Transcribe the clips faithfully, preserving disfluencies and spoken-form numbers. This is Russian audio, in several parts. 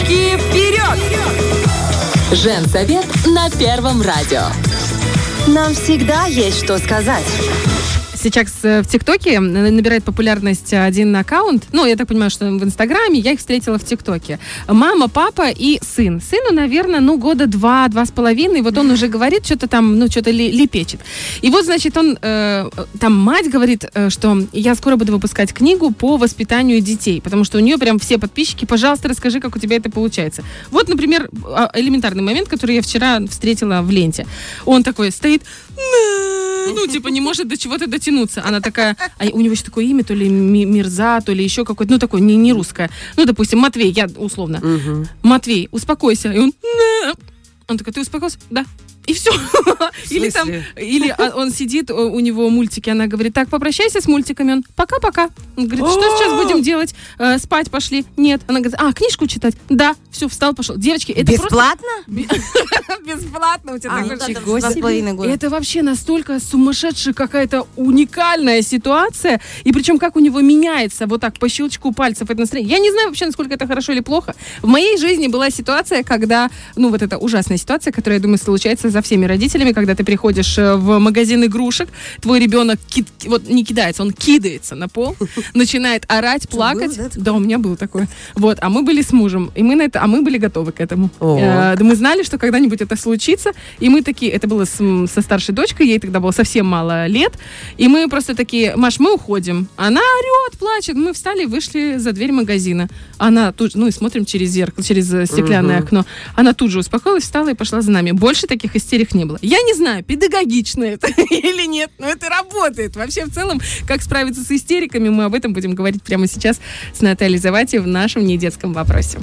Девочки, вперед! Женсовет на Первом радио. Нам всегда есть что сказать. Сейчас в ТикТоке набирает популярность один аккаунт. Ну, я так понимаю, что в Инстаграме. Я их встретила в ТикТоке. Мама, папа и сын. Сыну, наверное, ну, года два, два с половиной. Вот он уже говорит, что-то там, ну, что-то лепечет. И вот, значит, он, э, там мать говорит, э, что я скоро буду выпускать книгу по воспитанию детей. Потому что у нее прям все подписчики, пожалуйста, расскажи, как у тебя это получается. Вот, например, элементарный момент, который я вчера встретила в ленте. Он такой стоит, ну, типа, не может до чего-то дотянуться. Она такая, а у него еще такое имя, то ли Мирза, то ли еще какое-то, ну, такое, не, не русское. Ну, допустим, Матвей, я условно. Угу. Матвей, успокойся. И он, он такой, ты успокоился? Да. И все. Или там, или он сидит, у него мультики, она говорит, так, попрощайся с мультиками. Он, пока-пока. Он говорит, что сейчас будем делать? Э, спать пошли? Нет. Она говорит, а, книжку читать? Да. Все, встал, пошел. Девочки, это бесплатно? Бесплатно у тебя а, такой ну, это вообще настолько сумасшедшая какая-то уникальная ситуация. И причем как у него меняется вот так по щелчку пальцев это настроение. Я не знаю вообще, насколько это хорошо или плохо. В моей жизни была ситуация, когда, ну вот эта ужасная ситуация, которая, я думаю, случается за всеми родителями, когда ты приходишь в магазин игрушек, твой ребенок ки- вот не кидается, он кидается на пол, начинает орать, плакать. Был, да, да, у меня был такой. Вот, а мы были с мужем, и мы на это, а мы были готовы к этому. Э, мы знали, что когда-нибудь это случится, и мы такие, это было с, со старшей дочкой, ей тогда было совсем мало лет, и мы просто такие, Маш, мы уходим. Она орет, плачет, мы встали и вышли за дверь магазина. Она тут, ну и смотрим через зеркало, через стеклянное uh-huh. окно. Она тут же успокоилась, встала и пошла за нами. Больше таких истерик не было. Я не знаю, педагогично это или нет, но это работает. Вообще, в целом, как справиться с истериками, мы об этом будем говорить прямо сейчас с Натальей Завати в нашем недетском вопросе.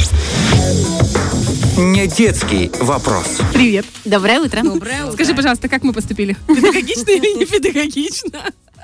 Недетский вопрос. Привет. Доброе утро. Доброе утро. Скажи, пожалуйста, как мы поступили? Педагогично или не педагогично?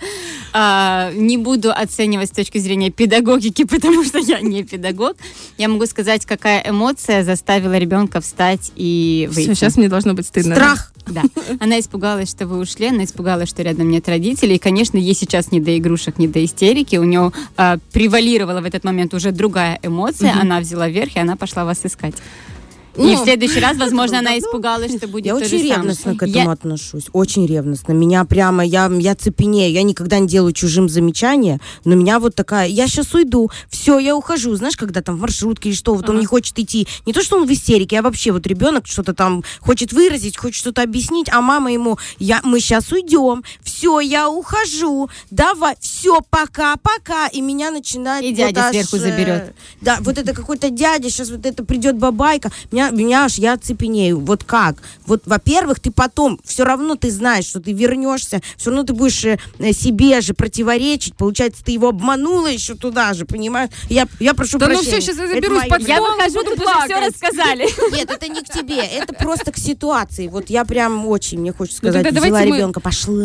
А, не буду оценивать с точки зрения педагогики, потому что я не педагог. Я могу сказать, какая эмоция заставила ребенка встать и выйти. Все, сейчас мне должно быть стыдно. Страх. Да. Она испугалась, что вы ушли, она испугалась, что рядом нет родителей. И, конечно, ей сейчас не до игрушек, не до истерики. У нее а, превалировала в этот момент уже другая эмоция. Угу. Она взяла верх, и она пошла вас искать. И ну, в следующий раз, возможно, она испугалась, что будет я то же самое. Я очень ревностно к этому я... отношусь. Очень ревностно. Меня прямо, я, я цепенею. Я никогда не делаю чужим замечания, но меня вот такая, я сейчас уйду, все, я ухожу. Знаешь, когда там в маршрутке или что, вот ага. он не хочет идти. Не то, что он в истерике, а вообще вот ребенок что-то там хочет выразить, хочет что-то объяснить, а мама ему, я, мы сейчас уйдем, все, я ухожу, давай, все, пока-пока. И меня начинает... И вот дядя аж, сверху заберет. Да, вот это какой-то дядя, сейчас вот это придет бабайка. Меня Меня аж, я цепенею. Вот как? Вот, во-первых, ты потом, все равно ты знаешь, что ты вернешься, все равно ты будешь э, себе же противоречить. Получается, ты его обманула еще туда же, понимаешь? Я, я прошу да прощения. Да ну все, сейчас я заберусь под стол, я выхожу, тут уже все рассказали. Нет, это не к тебе, это просто к ситуации. Вот я прям очень, мне хочется сказать, ну, взяла ребенка, мы... пошла.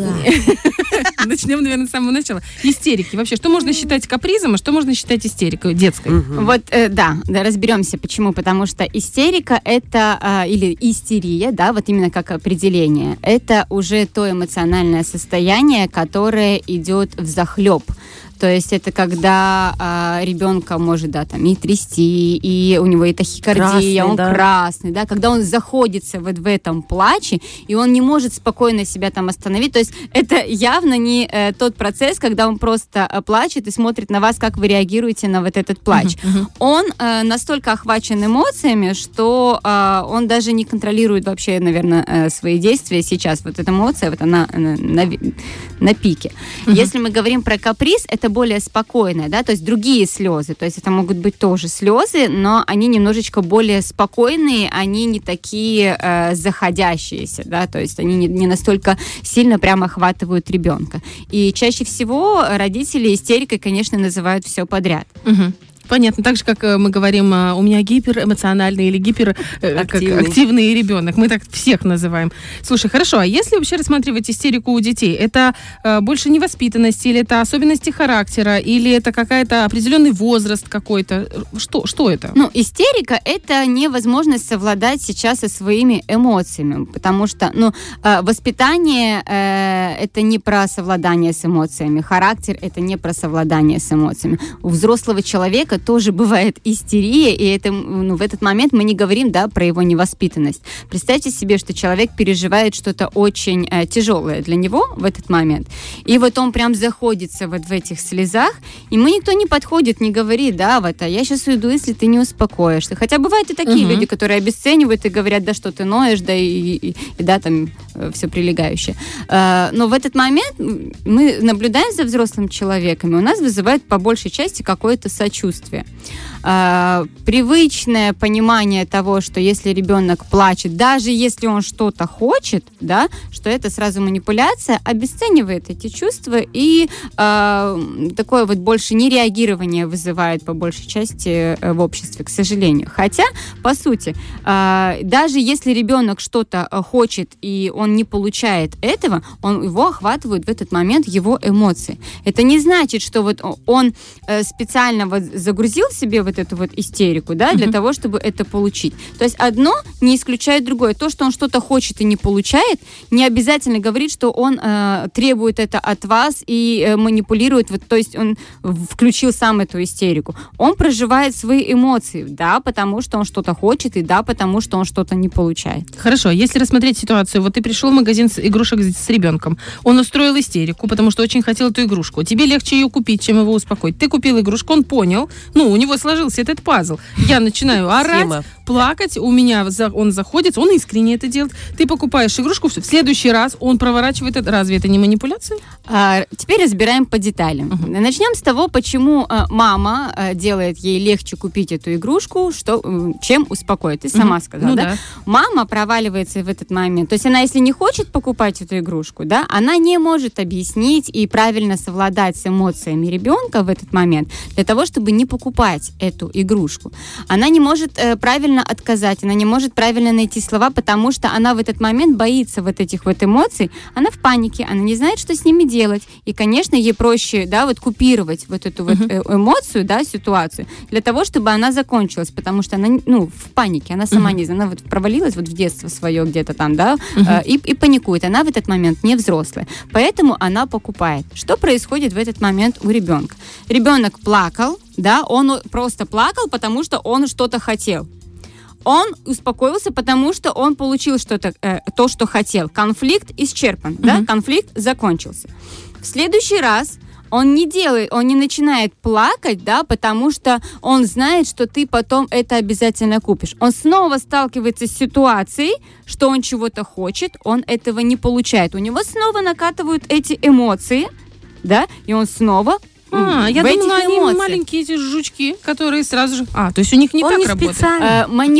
Начнем, наверное, с самого начала. Истерики. Вообще, что можно считать капризом, а что можно считать истерикой детской? Вот, да, разберемся, почему. Потому что истерика это, а, или истерия, да, вот именно как определение, это уже то эмоциональное состояние, которое идет взахлеб. То есть это когда а, ребенка может, да, там, и трясти, и у него и тахикардия, красный, он да. красный, да, когда он заходится вот в этом плаче, и он не может спокойно себя там остановить. То есть это явно не э, тот процесс, когда он просто э, плачет и смотрит на вас, как вы реагируете на вот этот плач. Uh-huh, uh-huh. Он э, настолько охвачен эмоциями, что э, он даже не контролирует вообще, наверное, э, свои действия сейчас. Вот эта эмоция, вот она на, на, на пике. Uh-huh. Если мы говорим про каприз, это более спокойное, да, то есть другие слезы, то есть это могут быть тоже слезы, но они немножечко более спокойные, они не такие э, заходящиеся, да, то есть они не, не настолько сильно прямо охватывают ребенка. И чаще всего родители истерикой, конечно, называют все подряд. Угу. Понятно. Так же, как мы говорим, у меня гиперэмоциональный или гиперактивный ребенок. Мы так всех называем. Слушай, хорошо, а если вообще рассматривать истерику у детей, это э, больше невоспитанность, или это особенности характера, или это какая-то определенный возраст какой-то? Что, что это? Ну, истерика — это невозможность совладать сейчас со своими эмоциями, потому что, ну, э, воспитание э, — это не про совладание с эмоциями, характер — это не про совладание с эмоциями. У взрослого человека ребенка тоже бывает истерия, и это, ну, в этот момент мы не говорим, да, про его невоспитанность. Представьте себе, что человек переживает что-то очень э, тяжелое для него в этот момент, и вот он прям заходится вот в этих слезах, и ему никто не подходит, не говорит, да, вот, а я сейчас уйду, если ты не успокоишься. Хотя бывают и такие uh-huh. люди, которые обесценивают и говорят, да что ты ноешь, да, и, и, и да, там э, все прилегающее. Э, но в этот момент мы наблюдаем за взрослым человеком, и у нас вызывает по большей части какое-то сочувствие. Э, привычное понимание того, что если ребенок плачет, даже если он что-то хочет, да, что это сразу манипуляция, обесценивает эти чувства и э, такое вот больше нереагирование вызывает по большей части э, в обществе, к сожалению. Хотя, по сути, э, даже если ребенок что-то хочет и он не получает этого, он, его охватывают в этот момент его эмоции. Это не значит, что вот он э, специально вот загрузил себе вот эту вот истерику, да, для mm-hmm. того, чтобы это получить. То есть одно не исключает другое. То, что он что-то хочет и не получает, не обязательно говорит, что он э, требует это от вас и э, манипулирует, вот, то есть он включил сам эту истерику. Он проживает свои эмоции, да, потому что он что-то хочет, и да, потому что он что-то не получает. Хорошо, если рассмотреть ситуацию, вот ты пришел в магазин с игрушек с ребенком, он устроил истерику, потому что очень хотел эту игрушку. Тебе легче ее купить, чем его успокоить. Ты купил игрушку, он понял, ну, у него сложился этот пазл. Я начинаю орать, плакать, у меня он заходит, он искренне это делает. Ты покупаешь игрушку, в следующий раз он проворачивает это. Разве это не манипуляция? А, теперь разбираем по деталям. Uh-huh. Начнем с того, почему а, мама а, делает ей легче купить эту игрушку, что, чем успокоит. Ты сама uh-huh. сказала, ну, да? да? Мама проваливается в этот момент. То есть она, если не хочет покупать эту игрушку, да, она не может объяснить и правильно совладать с эмоциями ребенка в этот момент для того, чтобы не покупать эту игрушку. Она не может э, правильно отказать, она не может правильно найти слова, потому что она в этот момент боится вот этих вот эмоций, она в панике, она не знает, что с ними делать. И, конечно, ей проще, да, вот купировать вот эту вот э, эмоцию, да, ситуацию, для того, чтобы она закончилась, потому что она, ну, в панике, она сама uh-huh. не знает, она вот провалилась вот в детство свое где-то там, да, uh-huh. э, и, и паникует. Она в этот момент не взрослая. Поэтому она покупает. Что происходит в этот момент у ребенка? Ребенок плакал, да, он просто плакал, потому что он что-то хотел. Он успокоился, потому что он получил что-то, э, то, что хотел. Конфликт исчерпан, uh-huh. да, конфликт закончился. В следующий раз он не делает, он не начинает плакать, да, потому что он знает, что ты потом это обязательно купишь. Он снова сталкивается с ситуацией, что он чего-то хочет, он этого не получает. У него снова накатывают эти эмоции, да, и он снова А, я думала, они эмоциях. Маленькие эти жучки, которые сразу же... А, то есть у них не Он так не работает. Э, мани...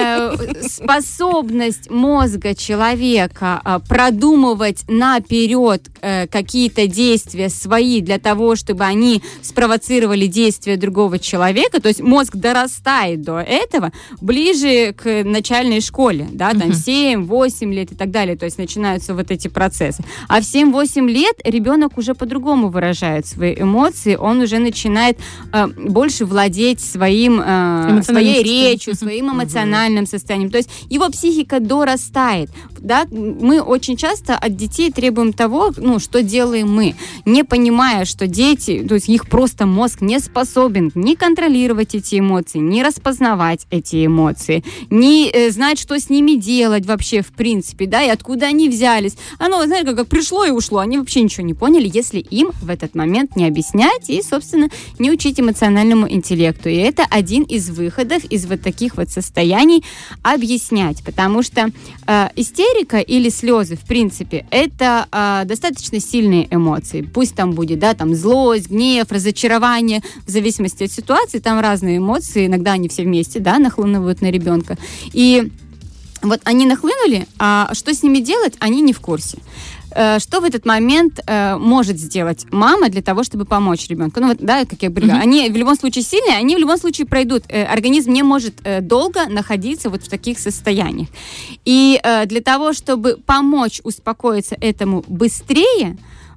э, способность мозга человека э, продумывать наперед э, какие-то действия свои для того, чтобы они спровоцировали действия другого человека, то есть мозг дорастает до этого ближе к начальной школе, да, там uh-huh. семь-восемь лет и так далее, то есть начинаются вот эти процессы. А в семь-восемь лет ребенок уже по-другому выражает свои эмоции, он уже начинает э, больше владеть своим, э, своей речью, своим эмоциональным состоянием. То есть его психика дорастает. Да? Мы очень часто от детей требуем того, ну, что делаем мы, не понимая, что дети, то есть их просто мозг не способен ни контролировать эти эмоции, ни распознавать эти эмоции, ни э, знать, что с ними делать вообще в принципе, да, и откуда они взялись. Оно, знаете, как, как пришло и ушло. Они вообще ничего не поняли, если им в этот момент не объяснять и, собственно, не учить эмоциональному интеллекту. И это один из выходов из вот таких вот состояний объяснять, потому что э, истерика или слезы, в принципе, это э, достаточно сильные эмоции. Пусть там будет, да, там злость, гнев, разочарование, в зависимости от ситуации, там разные эмоции, иногда они все вместе, да, нахлынывают на ребенка. И вот они нахлынули, а что с ними делать, они не в курсе. Что в этот момент э, может сделать мама для того, чтобы помочь ребенку? Ну вот, да, как я говорила, mm-hmm. они в любом случае сильные, они в любом случае пройдут. Э, организм не может э, долго находиться вот в таких состояниях. И э, для того, чтобы помочь успокоиться этому быстрее,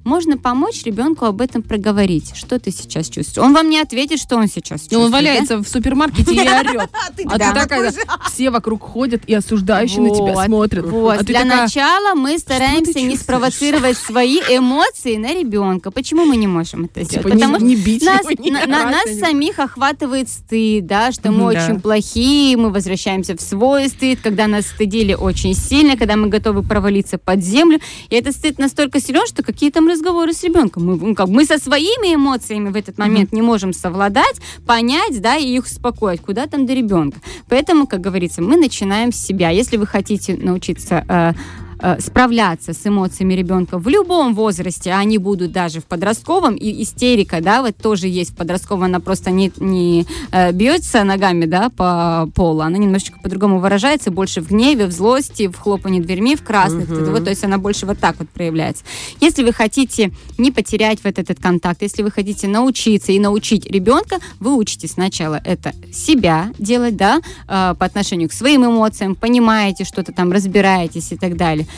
можно помочь ребенку об этом проговорить. Что ты сейчас чувствуешь? Он вам не ответит, что он сейчас чувствует. Он валяется да? в супермаркете и орет. А ты такая, все вокруг ходят и осуждающие на тебя смотрят. Вот. Для начала мы стараемся не спровоцировать свои эмоции на ребенка. Почему мы не можем это сделать? Потому что нас самих охватывает стыд, да, что мы очень плохие, мы возвращаемся в свой стыд, когда нас стыдили очень сильно, когда мы готовы провалиться под землю. И этот стыд настолько силен, что какие там разговоры с ребенком. Мы, ну, как, мы со своими эмоциями в этот момент mm-hmm. не можем совладать, понять, да, и их успокоить. Куда там до ребенка? Поэтому, как говорится, мы начинаем с себя. Если вы хотите научиться э, справляться с эмоциями ребенка в любом возрасте, а они будут даже в подростковом, и истерика, да, вот тоже есть в подростковом, она просто не, не э, бьется ногами, да, по полу, она немножечко по-другому выражается, больше в гневе, в злости, в хлопании дверьми, в красных, uh-huh. вот, то есть она больше вот так вот проявляется. Если вы хотите не потерять вот этот контакт, если вы хотите научиться и научить ребенка, вы учите сначала это себя делать, да, э, по отношению к своим эмоциям, понимаете что-то там, разбираетесь и так далее.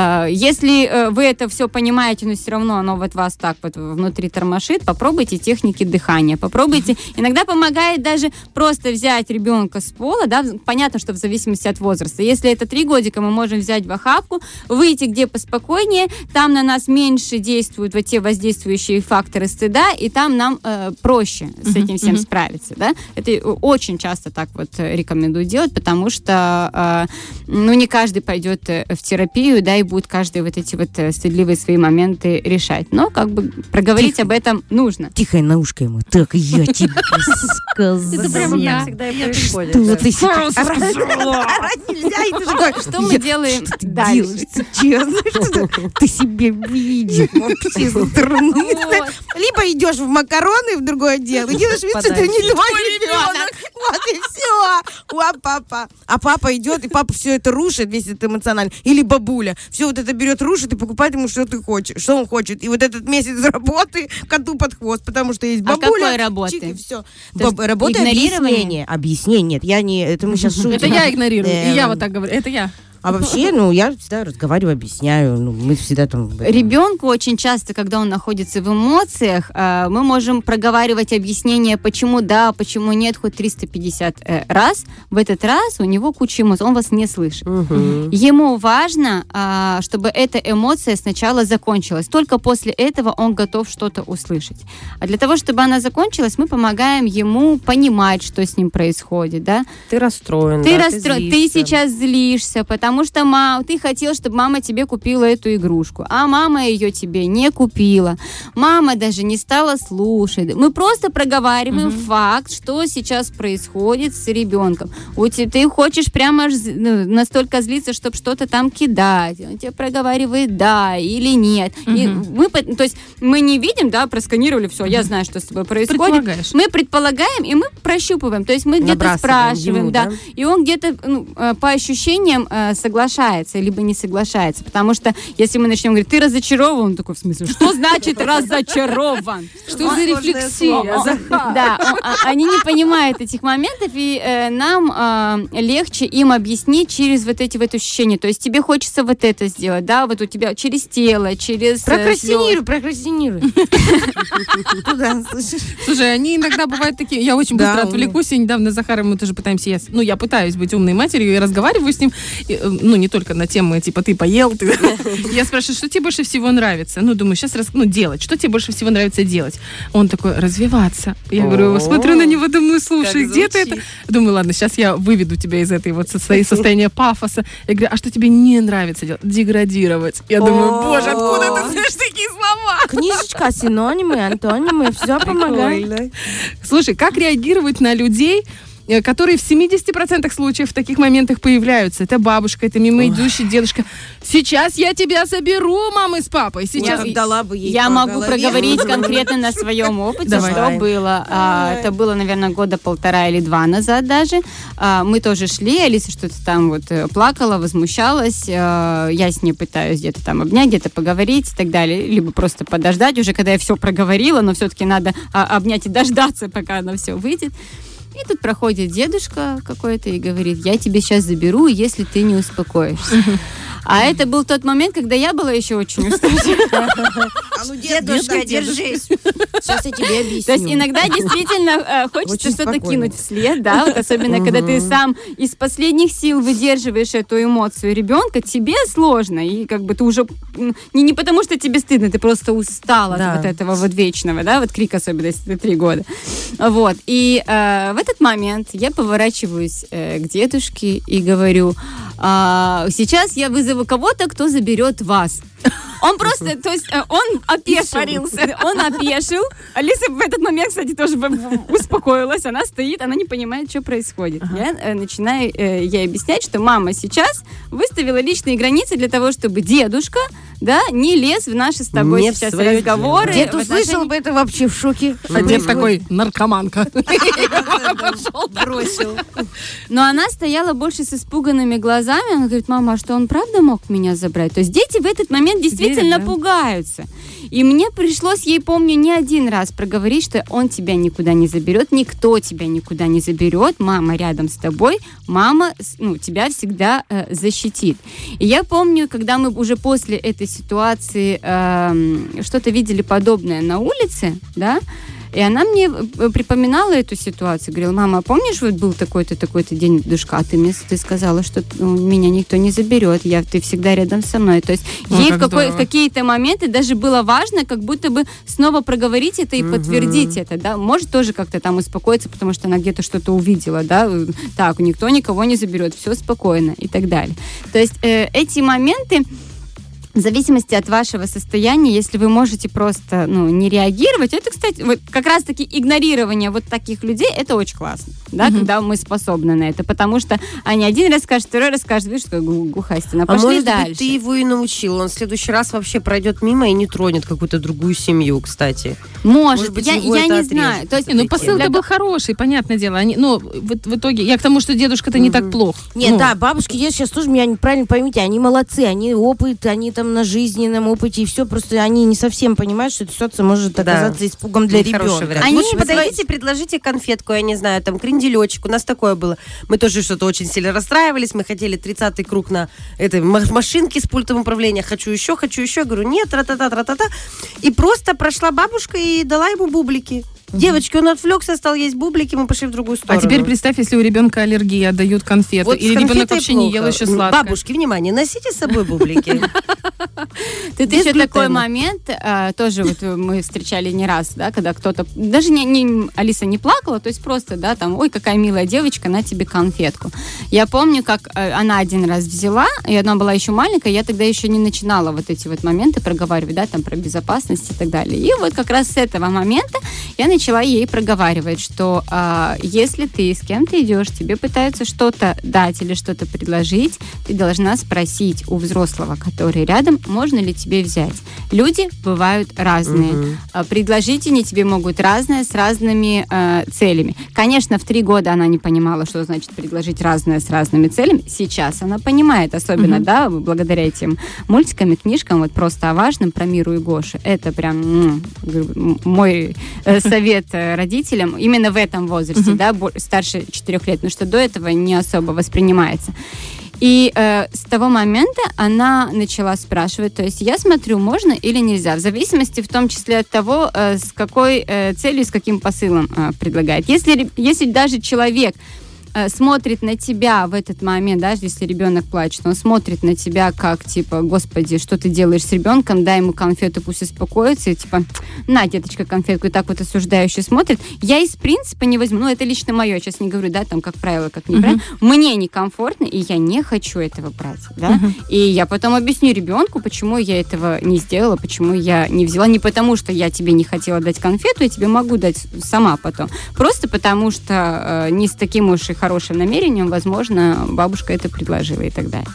Если вы это все понимаете, но все равно оно вот вас так вот внутри тормошит, попробуйте техники дыхания, попробуйте. Иногда помогает даже просто взять ребенка с пола, да, понятно, что в зависимости от возраста. Если это три годика, мы можем взять в охапку, выйти где поспокойнее, там на нас меньше действуют вот те воздействующие факторы стыда, и там нам э, проще с этим всем uh-huh. справиться, да. Это очень часто так вот рекомендую делать, потому что э, ну, не каждый пойдет в терапию, да, и будет каждый вот эти вот стыдливые свои моменты решать. Но как бы проговорить Тихо. об этом нужно. Тихо на ушко ему. Так я тебе сказала. Это прямо так всегда и происходит. Что ты сейчас сказала? Нельзя, и ты такой, что мы делаем дальше? Честно, ты себе видишь вообще со стороны. Либо идешь в макароны в другое дело, и делаешь вид, что ты не твой ребенок. Вот и все. А папа. А папа идет, и папа все это рушит, весь это эмоционально. Или бабуля. Все вот это берет, рушит и покупает ему, что ты хочешь, что он хочет. И вот этот месяц работы коту под хвост, потому что есть бабуля. А какой работы? Чик, и все. Баб, работа объяснение. Объяснение. Нет, я не... Это мы сейчас шутим. Это я игнорирую. И я вот так говорю. Это я. А вообще, ну, я всегда разговариваю, объясняю, ну, мы всегда там... Ребенку очень часто, когда он находится в эмоциях, мы можем проговаривать объяснение, почему да, почему нет, хоть триста пятьдесят раз. В этот раз у него куча эмоций, он вас не слышит. Угу. Ему важно, чтобы эта эмоция сначала закончилась. Только после этого он готов что-то услышать. А для того, чтобы она закончилась, мы помогаем ему понимать, что с ним происходит, да? Ты расстроен, Ты да, расстроен, ты, ты сейчас злишься, потому Потому что мам, ты хотел, чтобы мама тебе купила эту игрушку, а мама ее тебе не купила. Мама даже не стала слушать. Мы просто проговариваем uh-huh. факт, что сейчас происходит с ребенком. У тебя, ты хочешь прямо ну, настолько злиться, чтобы что-то там кидать. Он тебе проговаривает да или нет. Uh-huh. И мы, то есть мы не видим, да, просканировали все, uh-huh. я знаю, что с тобой происходит. Мы предполагаем, и мы прощупываем. То есть мы где-то спрашиваем, ему, да, да, и он где-то ну, по ощущениям соглашается, либо не соглашается. Потому что, если мы начнем говорить, ты разочарован, он такой, в смысле, что значит разочарован? Что за рефлексия? Да, они не понимают этих моментов, и нам легче им объяснить через вот эти вот ощущения. То есть тебе хочется вот это сделать, да, вот у тебя через тело, через... Прокрастинируй, прокрастинируй. Слушай, они иногда бывают такие, я очень быстро отвлекусь, и недавно с Захаром мы тоже пытаемся, ну, я пытаюсь быть умной матерью, и разговариваю с ним, ну, не только на темы, типа, ты поел, ты... Я спрашиваю, что тебе больше всего нравится? Ну, думаю, сейчас, раз... ну, делать. Что тебе больше всего нравится делать? Он такой, развиваться. Я говорю, смотрю на него, думаю, слушай, где ты это? Думаю, ладно, сейчас я выведу тебя из этой вот состояния пафоса. Я говорю, а что тебе не нравится делать? Деградировать. Я думаю, боже, откуда ты знаешь такие слова? Книжечка, синонимы, антонимы, все помогает. Слушай, как реагировать на людей, которые в семьдесят процентов случаев в таких моментах появляются? Это бабушка, это мимо идущий дедушка. Сейчас я тебя заберу, мамы с папой. Сейчас я, дала бы ей я по могу голове. Проговорить конкретно на своем опыте, Давай. что было. А, это было, наверное, года полтора или два назад даже. А, мы тоже шли, Алиса что-то там вот плакала, возмущалась. А, я с ней пытаюсь где-то там обнять, где-то поговорить и так далее. Либо просто подождать уже, когда я все проговорила, но все-таки надо а, обнять и дождаться, пока она все выйдет. И тут проходит дедушка какой-то и говорит, я тебя сейчас заберу, если ты не успокоишься. А это был тот момент, когда я была еще очень уставшая. А ну, дедушка, держись. Сейчас я тебе объясню. То есть иногда действительно э, хочется Очень что-то спокойно. кинуть вслед, да, вот особенно когда ты сам из последних сил выдерживаешь эту эмоцию ребенка, тебе сложно, и как бы ты уже м, не, не потому, что тебе стыдно, ты просто устала Да. от вот этого вот вечного, да, вот крик, особенно если ты три года. Вот, и э, в этот момент я поворачиваюсь э, к дедушке и говорю: «А, сейчас я вызову кого-то, кто заберет вас». Он просто, то есть э, он опешил. Он опешил. Алиса в этот момент, кстати, тоже в- успокоилась. Она стоит, она не понимает, что происходит. Я э, начинаю э, ей объяснять, что мама сейчас выставила личные границы для того, чтобы дедушка, да, не лез в наши с тобой Не в сейчас своё разговоры. Дед в услышал отношении- бы это вообще в шоке. А дед такой, наркоманка. Бросил. Но она стояла больше с испуганными глазами. Она говорит: мама, а что он правда мог меня забрать? То есть дети в этот момент действительно Верят, да. пугаются. И мне пришлось ей, помню, не один раз проговорить, что он тебя никуда не заберет, никто тебя никуда не заберет, мама рядом с тобой, мама, ну, тебя всегда э, защитит. И я помню, когда мы уже после этой ситуации эм, что-то видели подобное на улице, да, и она мне э, припоминала эту ситуацию, говорила: мама, а помнишь, вот был такой-то, такой-то день душка, а ты мне ты сказала, что ну, меня никто не заберет, я, ты всегда рядом со мной. То есть О, ей в, как какой, в здорово. какие-то моменты даже было важно как будто бы снова проговорить это и подтвердить это, да, может тоже как-то там успокоиться, потому что она где-то что-то увидела, да, так, никто никого не заберет, все спокойно и так далее. То есть э, эти моменты, в зависимости от вашего состояния, если вы можете просто, ну, не реагировать, это, кстати, вот как раз-таки игнорирование вот таких людей, это очень классно, да, Мгм. когда мы способны на это, потому что они один раз скажут, второй раз скажут: видишь, какая гу- глухая стена, А пошли может дальше. быть, ты его и научил. Он в следующий раз вообще пройдет мимо и не тронет какую-то другую семью, кстати. Может, может быть, я, его я это не отрежет. знаю. То есть, Не, ну Для посыл-то того- был хороший, понятное дело. Они, ну, в, в итоге, я к тому, что дедушка-то не так плох. Нет, Ну, да, бабушки есть сейчас тоже, меня неправильно поймите, они молодцы, они опыт, они там на жизненном опыте, и все, просто они не совсем понимают, что эта ситуация может Да. оказаться испугом для Нехороший ребенка. вариант. Они Лучше свои- подойдите, предложите конфетку, я не знаю, там, кренделечек. У нас такое было. Мы тоже что-то очень сильно расстраивались. Мы хотели тридцатый круг на этой ма- машинке с пультом управления. Хочу еще, хочу еще. Говорю, нет, тра-та-та, тра-та-та. И просто прошла бабушка и дала ему бублики. Девочки, он отвлекся, стал есть бублики, мы пошли в другую А сторону. теперь представь, если у ребенка аллергия, дают конфеты, Вот с или ребенок конфетой вообще не ел плохо. еще сладкое. Бабушки, внимание, носите с собой бублики. Тут Без еще такой глютена. момент, а, тоже вот мы встречали не раз, да, когда кто-то, даже не, не- Алиса не плакала, то есть просто, да, там, ой, какая милая девочка, на тебе конфетку. Я помню, как э, она один раз взяла, и она была еще маленькая, я тогда еще не начинала вот эти вот моменты проговаривать, да, там, про безопасность и так далее. И вот как раз с этого момента я начала ей проговаривать, что а, если ты с кем-то идешь, тебе пытаются что-то дать или что-то предложить, ты должна спросить у взрослого, который рядом, можно ли тебе взять. Люди бывают разные. Мгм. А, Предложить они тебе могут разное, с разными э, целями. Конечно, в три года она не понимала, что значит предложить разное с разными целями. Сейчас она понимает, особенно, Мгм. да, благодаря этим мультикам и книжкам, вот просто о важном, про Миру и Гошу. Это прям м, м, мой э, совет э, родителям именно в этом возрасте, Мгм. да, бо- старше четырех лет, потому что до этого не особо воспринимается. И э, с того момента она начала спрашивать, то есть я смотрю, можно или нельзя, в зависимости в том числе от того, э, с какой э, целью, с каким посылом э, предлагает. Если, ре- если даже человек э, смотрит на тебя в этот момент, даже если ребенок плачет, он смотрит на тебя как, типа, господи, что ты делаешь с ребенком, дай ему конфету, пусть успокоится, и типа, на, деточка, конфетку, и так вот осуждающе смотрит, я из принципа не возьму, ну, это лично мое, сейчас не говорю, да, там, как правило, как не правило, мне некомфортно, и я не хочу этого брать, да, Мгм. и я потом объясню ребенку, почему я этого не сделала, почему я не взяла, не потому, что я тебе не хотела дать конфету, я тебе могу дать сама потом, просто потому, что э, не с таким уж и хорошим намерением, возможно, бабушка это предложила и так далее.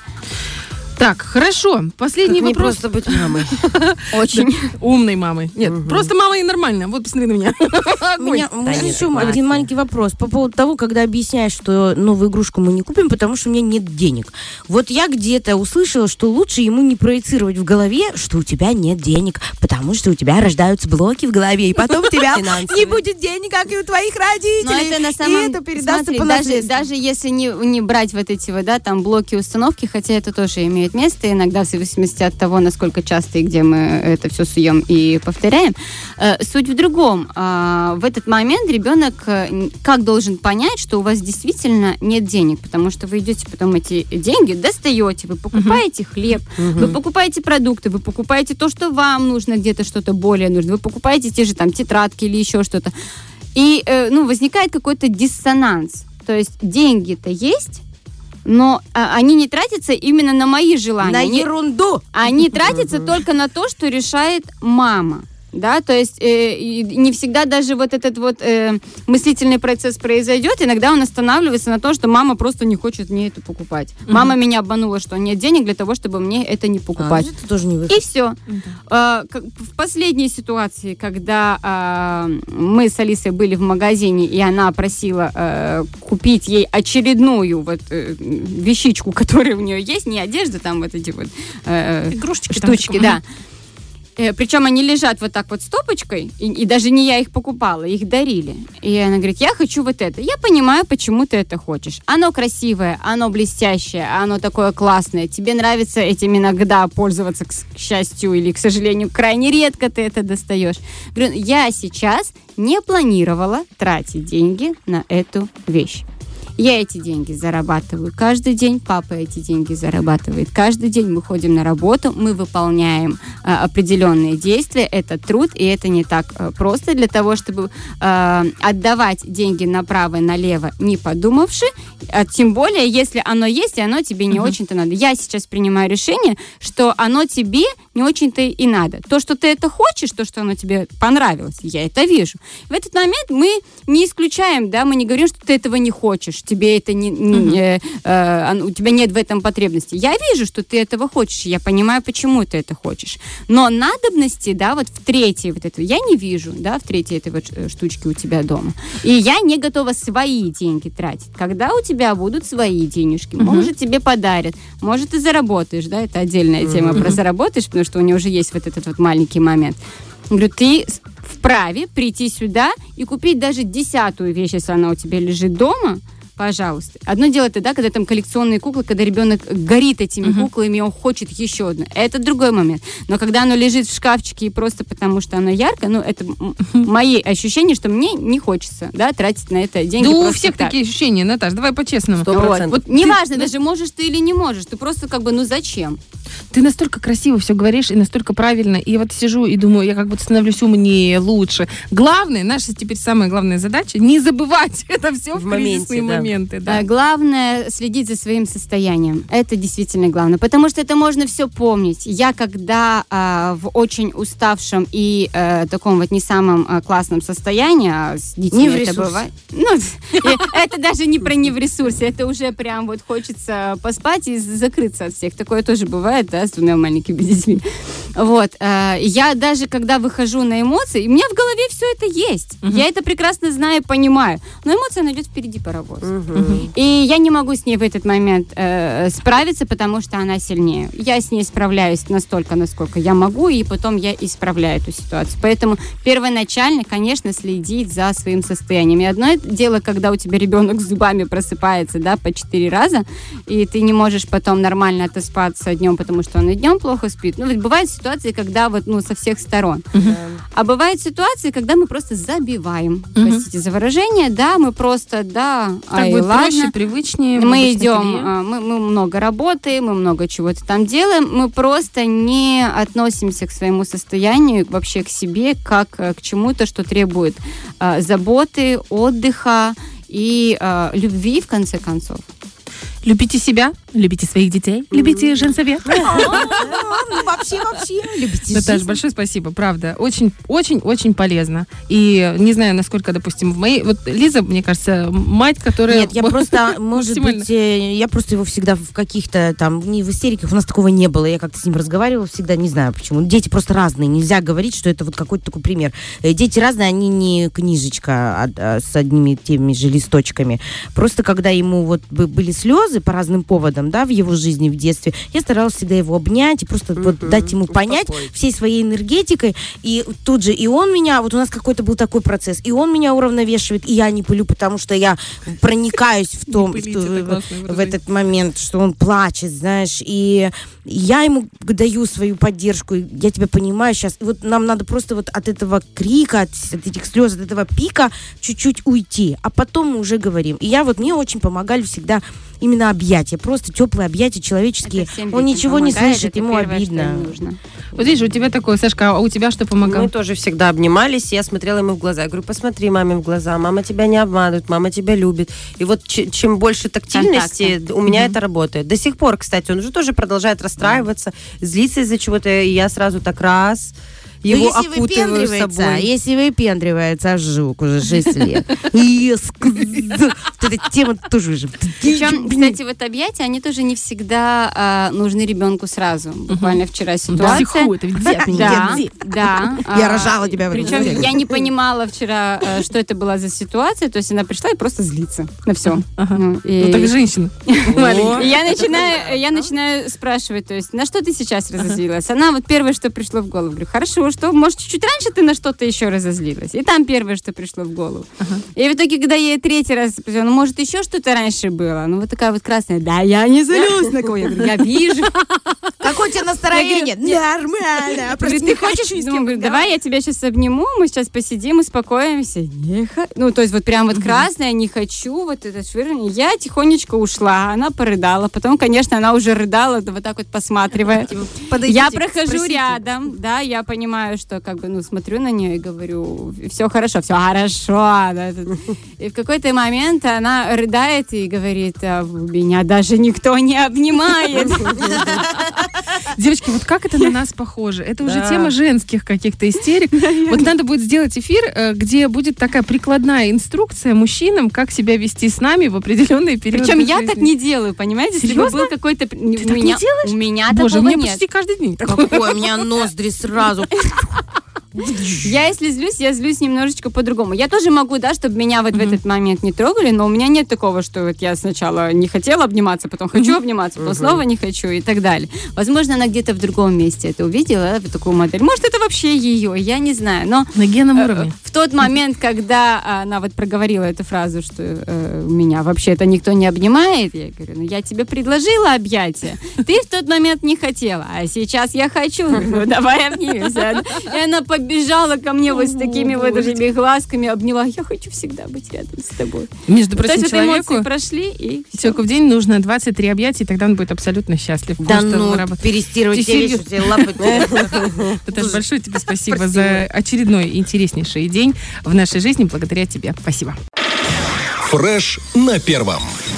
Так, хорошо. Последний Как не вопрос. просто быть мамой. Очень. Умной мамой. Нет, Мгм. просто мама и нормально. Вот посмотри на меня. У меня, у меня нет, еще классно. один маленький вопрос по поводу того, когда объясняешь, что новую игрушку мы не купим, потому что у меня нет денег. Вот я где-то услышала, что лучше ему не проецировать в голове, что у тебя нет денег, потому что у тебя рождаются блоки в голове, и потом у тебя Финансовые. не будет денег, как и у твоих родителей. Но это на самом и это передастся смотри, по даже, наследству. даже если не, не брать вот эти вот, да, там блоки установки, хотя это тоже имеет имеют место, иногда в зависимости от того, насколько часто и где мы это все суем и повторяем. Суть в другом. В этот момент ребенок как должен понять, что у вас действительно нет денег, потому что вы идете потом эти деньги достаете, вы покупаете uh-huh. хлеб, uh-huh. вы покупаете продукты, вы покупаете то, что вам нужно, где-то что-то более нужно, вы покупаете те же там тетрадки или еще что-то. И ну, возникает какой-то диссонанс. То есть деньги-то есть, но а, они не тратятся именно на мои желания. На они, ерунду! Они тратятся только на то, что решает мама. Да, то есть э, не всегда даже вот этот вот э, мыслительный процесс произойдет, иногда он останавливается на том, что мама просто не хочет мне это покупать. Mm-hmm. Мама меня обманула, что нет денег для того, чтобы мне это не покупать. А, это тоже не И все. Mm-hmm. А, как, в последней ситуации, когда а, мы с Алисой были в магазине, и она просила а, купить ей очередную вот э, вещичку, которая у нее есть, не одежда, там вот эти вот э, игрушечки, штучки, да. Причем они лежат вот так вот стопочкой, и, и даже не я их покупала, их дарили. И она говорит, я хочу вот это. Я понимаю, почему ты это хочешь. Оно красивое, оно блестящее, оно такое классное. Тебе нравится этим иногда пользоваться, к счастью или, к сожалению, крайне редко ты это достаешь. Говорю, я сейчас не планировала тратить деньги на эту вещь. Я эти деньги зарабатываю каждый день, папа эти деньги зарабатывает каждый день. Мы ходим на работу, мы выполняем а, определенные действия. Это труд, и это не так а, просто для того, чтобы а, отдавать деньги направо и налево, не подумавши, а тем более, если оно есть, и оно тебе не uh-huh. очень-то надо. Я сейчас принимаю решение, что оно тебе не очень-то и надо. То, что ты это хочешь, то, что оно тебе понравилось, я это вижу. В этот момент мы не исключаем, да, мы не говорим, что ты этого не хочешь, тебе это не, не, uh-huh. э, э, у тебя нет в этом потребности. Я вижу, что ты этого хочешь, я понимаю, почему ты это хочешь. Но надобности, да, вот в третьей вот этого я не вижу, да, в третьей этой вот штучки у тебя дома. И я не готова свои деньги тратить. Когда у тебя будут свои денежки, uh-huh. может, тебе подарят, может, ты заработаешь, да, это отдельная тема uh-huh. про заработаешь, потому что у него уже есть вот этот вот маленький момент. Говорю, ты вправе прийти сюда и купить даже десятую вещь, если она у тебя лежит дома, пожалуйста. Одно дело это, да, когда там коллекционные куклы, когда ребенок горит этими uh-huh. куклами, и он хочет еще одну. Это другой момент. Но когда оно лежит в шкафчике и просто потому, что оно ярко, ну, это uh-huh. мои ощущения, что мне не хочется, да, тратить на это деньги. Да у всех так. такие ощущения, Наташ, давай по-честному. сто процентов. Вот, вот неважно, ты... даже можешь ты или не можешь, ты просто как бы, ну, зачем? Ты настолько красиво все говоришь и настолько правильно. И вот сижу и думаю, я как будто становлюсь умнее, лучше. Главное, наша теперь самая главная задача, не забывать это все в, в кризисные моменте, да. моменты. Да. Главное следить за своим состоянием. Это действительно главное. Потому что это можно все помнить. Я когда а, в очень уставшем и а, таком вот не самом а, классном состоянии, а с детьми это бывает. Ну, это даже не про не в ресурсе, это уже прям вот хочется поспать и закрыться от всех. Такое тоже бывает, да, с двумя маленькими детьми. Вот. Я даже, когда выхожу на эмоции, у меня в голове все это есть. Uh-huh. Я это прекрасно знаю, понимаю. Но эмоция найдет впереди паровоз. Uh-huh. Uh-huh. И я не могу с ней в этот момент э, справиться, потому что она сильнее. Я с ней справляюсь настолько, насколько я могу, и потом я исправляю эту ситуацию. Поэтому первоначально, конечно, следить за своим состоянием. И одно дело, когда у тебя ребенок с зубами просыпается, да, по четыре раза, и ты не можешь потом нормально отоспаться днем, потому что он и днем плохо спит. Ну, ведь бывают ситуации, когда вот, ну, со всех сторон. Uh-huh. А бывают ситуации, когда мы просто забиваем. Uh-huh. Простите за выражение, да, мы просто, да, так ай, будет ладно. проще, привычнее. Мы идем, мы, мы много работаем, мы много чего-то там делаем, мы просто не относимся к своему состоянию, вообще к себе, как к чему-то, что требует а, заботы, отдыха и а, любви, в конце концов. Любите себя, любите своих детей, mm-hmm. любите женсовет. Вообще, вообще. Любите Наташ, большое спасибо, правда. Очень, очень, очень полезно. И не знаю, насколько, допустим, в моей... Вот Лиза, мне кажется, мать, которая... Нет, я просто, может быть, я просто его всегда в каких-то там, не в истериках, у нас такого не было. Я как-то с ним разговаривала всегда, не знаю почему. Дети просто разные, нельзя говорить, что это вот какой-то такой пример. Дети разные, они не книжечка с одними теми же листочками. Просто когда ему вот были слезы, слезы по разным поводам, да, в его жизни, в детстве, я старалась всегда его обнять и просто вот дать ему понять всей своей энергетикой. И тут же и он меня, вот у нас какой-то был такой процесс, и он меня уравновешивает, и я не пылю, потому что я проникаюсь в том, в, в, в этот момент, что он плачет, знаешь, и я ему даю свою поддержку, я тебя понимаю сейчас, и вот нам надо просто вот от этого крика, от, от этих слез, от этого пика чуть-чуть уйти, а потом мы уже говорим. И я вот, мне очень помогали всегда именно объятия, просто теплые объятия человеческие. Он ничего не слышит, ему первое, обидно. Вот видишь, у тебя такое, Сашка, а у тебя что помогало? Мы тоже всегда обнимались, и я смотрела ему в глаза. Я говорю, посмотри маме в глаза, мама тебя не обманывает, мама тебя любит. И вот ч- чем больше тактильности, Контакта. у меня Мгм. это работает. До сих пор, кстати, он же тоже продолжает расстраиваться, злиться из-за чего-то, и я сразу так раз... Его Ну, если окутываю выпендривается, собой. если выпендривается жук уже шесть лет. И ск- вот эта тема тоже уже... Причем, кстати, вот объятия, они тоже не всегда а, нужны ребенку сразу. Буквально вчера ситуация. Психу, это ведь дед меня. Да, Дед. да. Я А, рожала тебя в этом Причем доме. я не понимала вчера, э, что это была за ситуация. То есть она пришла и просто злится на все. Ага. Ну, так женщина. И я начинаю, я начинаю спрашивать, то есть, на что ты сейчас разозлилась? Она вот первое, что пришло в голову. Говорю, хорошо, что, может, чуть-чуть раньше ты на что-то еще разозлилась? И там первое, что пришло в голову. И в итоге, когда я ей третий раз спросила, ну, может, еще что-то раньше было? Ну, вот такая вот красная, да, я не злюсь на кого. Я говорю, я вижу. Какое у тебя настроение? Нормально. Говорит, ты хочешь? Ну, говорю, давай я тебя сейчас обниму, мы сейчас посидим, успокоимся. Не х- Ну, то есть вот прям вот красная, не хочу, вот это швыряние. Я тихонечко ушла, она порыдала. Потом, конечно, она уже рыдала, вот так вот посматривая. Я прохожу рядом, да, я понимаю, что как бы, ну, смотрю на нее и говорю, все хорошо, все хорошо. Да. И в какой-то момент она рыдает и говорит, а меня даже никто не обнимает. Девочки, вот как это на нас похоже? Это уже Да. тема женских каких-то истерик. Вот надо будет сделать эфир, э, где будет такая прикладная инструкция мужчинам, как себя вести с нами в определенные периоды Причем я жизни. так не делаю, понимаете? Если бы Серьезно? был какой-то... Ты у так не меня, делаешь? У меня Боже, у такого меня нет. почти каждый день такое. Какой у меня ноздри сразу. Я, если злюсь, я злюсь немножечко по-другому. Я тоже могу, да, чтобы меня вот в этот момент не трогали, но у меня нет такого, что вот я сначала не хотела обниматься, потом хочу обниматься, потом снова не хочу и так далее. Возможно, она где-то в другом месте это увидела, да, такую модель. Может, это вообще ее, я не знаю. Но На генном э, уровне. в тот момент, когда она вот проговорила эту фразу, что э, меня вообще-то никто не обнимает, я говорю, ну я тебе предложила объятия, ты в тот момент не хотела, а сейчас я хочу. Ну давай обнимемся. И она побежала ко мне вот с такими вот этими глазками, обняла. Я хочу всегда быть рядом с тобой. Между То прочим, есть вот эмоции человеку прошли, и все. человеку в день нужно двадцать три объятия, и тогда он будет абсолютно счастлив. Да Потому что ну, выработ- перестирывать Ты те вещи, серьезно? все лапать. Наташа, большое тебе спасибо за очередной интереснейший день в нашей жизни. Благодаря тебе. Спасибо. Фреш на первом.